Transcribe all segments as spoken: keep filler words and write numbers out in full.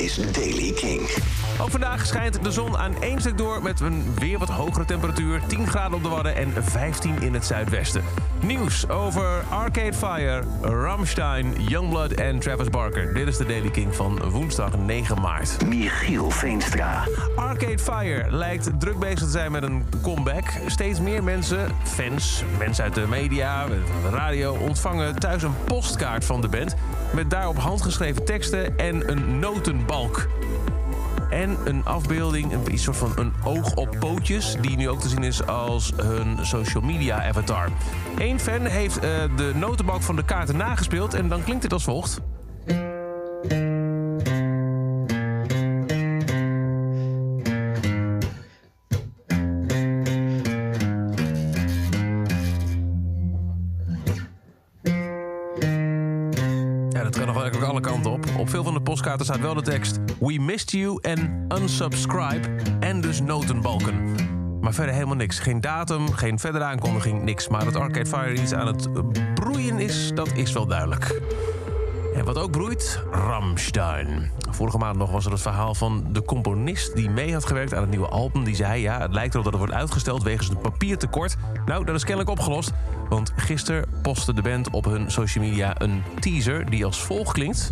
is Daily King. Ook vandaag schijnt de zon aan één stuk door met een weer wat hogere temperatuur. tien graden op de Wadden en vijftien in het zuidwesten. Nieuws over Arcade Fire, Rammstein, Youngblood en Travis Barker. Dit is de Daily King van woensdag negen maart. Michiel Veenstra. Arcade Fire lijkt druk bezig te zijn met een comeback. Steeds meer mensen, fans, mensen uit de media, de radio, ontvangen thuis een postkaart van de band met daarop handgeschreven teksten en een notenbalk. En een afbeelding, een soort van een oog op pootjes, die nu ook te zien is als hun social media avatar. Eén fan heeft uh, de notenbalk van de kaarten nagespeeld en dan klinkt het als volgt. Ja, dat kan nog wel eigenlijk alle kanten op. Op veel van de postkaarten staat wel de tekst We missed you en unsubscribe en dus notenbalken. Maar verder helemaal niks. Geen datum, geen verdere aankondiging, niks. Maar dat Arcade Fire iets aan het broeien is, dat is wel duidelijk. En wat ook broeit, Rammstein. Vorige maand nog was er het verhaal van de componist die mee had gewerkt aan het nieuwe album. Die zei, ja, het lijkt erop dat het wordt uitgesteld wegens een papiertekort. Nou, dat is kennelijk opgelost. Want gisteren postte de band op hun social media een teaser die als volgt klinkt.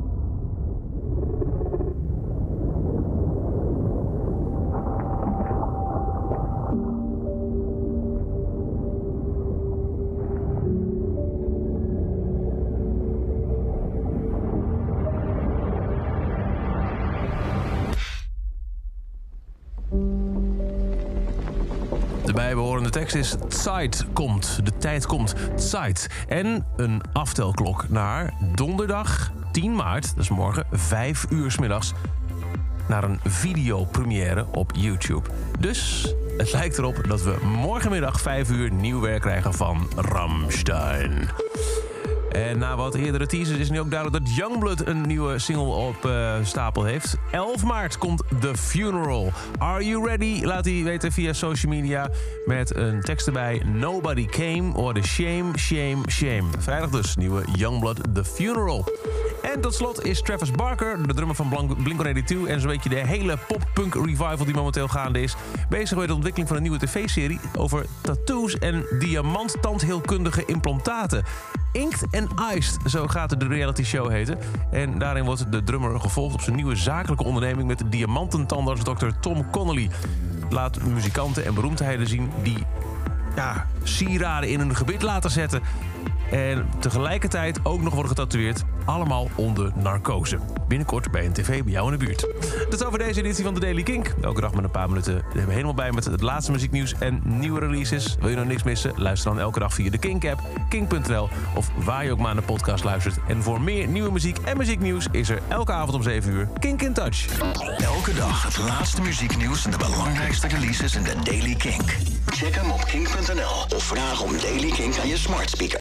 De bijbehorende tekst is Zeit komt, de tijd komt, Zeit. En een aftelklok naar donderdag tien maart, dat is morgen, vijf uur 's middags, naar een videopremière op YouTube. Dus het lijkt erop dat we morgenmiddag vijf uur nieuw werk krijgen van Rammstein. En na wat eerdere teasers is nu ook duidelijk dat Youngblood een nieuwe single op uh, stapel heeft. elf maart komt The Funeral. Are you ready? Laat hij weten via social media met een tekst erbij. Nobody came or the shame, shame, shame. Vrijdag dus, nieuwe Youngblood The Funeral. En tot slot is Travis Barker, de drummer van Blink honderdtweeënnegentig... en zo'n beetje de hele pop-punk revival die momenteel gaande is, bezig met de ontwikkeling van een nieuwe tv-serie over tattoos en diamanttandheelkundige implantaten. Inked and Iced, zo gaat de reality show heten. En daarin wordt de drummer gevolgd op zijn nieuwe zakelijke onderneming met de diamantentandarts dokter Tom Connolly. Laat muzikanten en beroemdheden zien die ja, sieraden in hun gebit laten zetten. En tegelijkertijd ook nog worden getatoeëerd. Allemaal onder narcose. Binnenkort bij een tv bij jou in de buurt. Dat is over deze editie van de Daily Kink. Elke dag met een paar minuten. We zijn helemaal bij met het laatste muzieknieuws en nieuwe releases. Wil je nog niks missen? Luister dan elke dag via de Kink-app, kink punt n l of waar je ook maar naar de podcast luistert. En voor meer nieuwe muziek en muzieknieuws is er elke avond om zeven uur Kink in Touch. Elke dag het laatste muzieknieuws en de belangrijkste releases in de Daily Kink. Check hem op kink punt n l of vraag om Daily Kink aan je smart speaker.